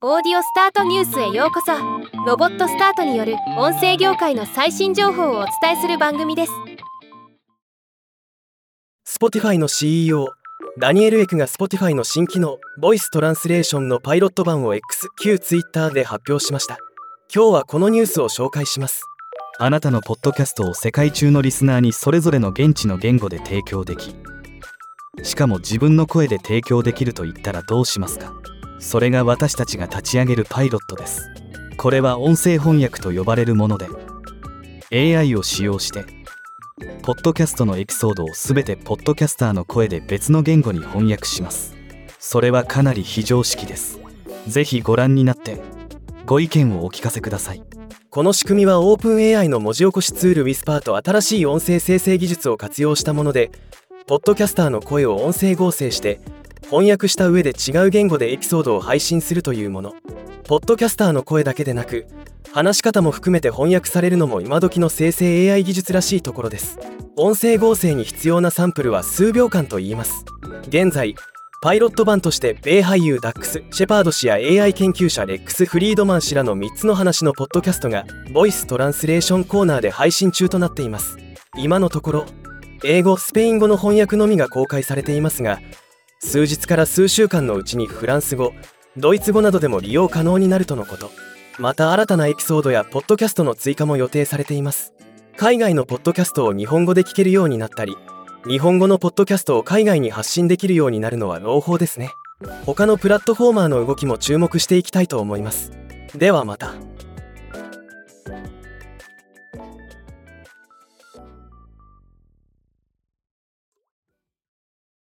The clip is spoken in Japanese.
オーディオスタートニュースへようこそ。ロボットスタートによる音声業界の最新情報をお伝えする番組です。 Spotify の CEO ダニエル・エクが Spotify の新機能ボイストランスレーションのパイロット版を X 旧 Twitter で発表しました。今日はこのニュースを紹介します。 あなたのポッドキャストを世界中のリスナーにそれぞれの現地の言語で提供でき、しかも自分の声で提供できると言ったらどうしますか？それが私たちが立ち上げるパイロットです。これは音声翻訳と呼ばれるもので AI を使用してポッドキャストのエピソードをすべてポッドキャスターの声で別の言語に翻訳します。それはかなり非常識です。ぜひご覧になってご意見をお聞かせください。 この仕組みは OpenAI の文字起こしツール Whisper と新しい音声生成技術を活用したもので、ポッドキャスターの声を音声合成して翻訳した上で違う言語でエピソードを配信するというもの。ポッドキャスターの声だけでなく話し方も含めて翻訳されるのも今時の生成 AI 技術らしいところです。音声合成に必要なサンプルは数秒間と言います。現在パイロット版として米俳優ダックス・シェパード氏や AI 研究者レックス・フリードマン氏らの3つの話のポッドキャストがボイストランスレーションコーナーで配信中となっています。今のところ英語・スペイン語の翻訳のみが公開されていますが、数日から数週間のうちにフランス語、ドイツ語などでも利用可能になるとのこと。また新たなエピソードやポッドキャストの追加も予定されています。海外のポッドキャストを日本語で聞けるようになったり、日本語のポッドキャストを海外に発信できるようになるのは朗報ですね。他のプラットフォーマーの動きも注目していきたいと思います。ではまた。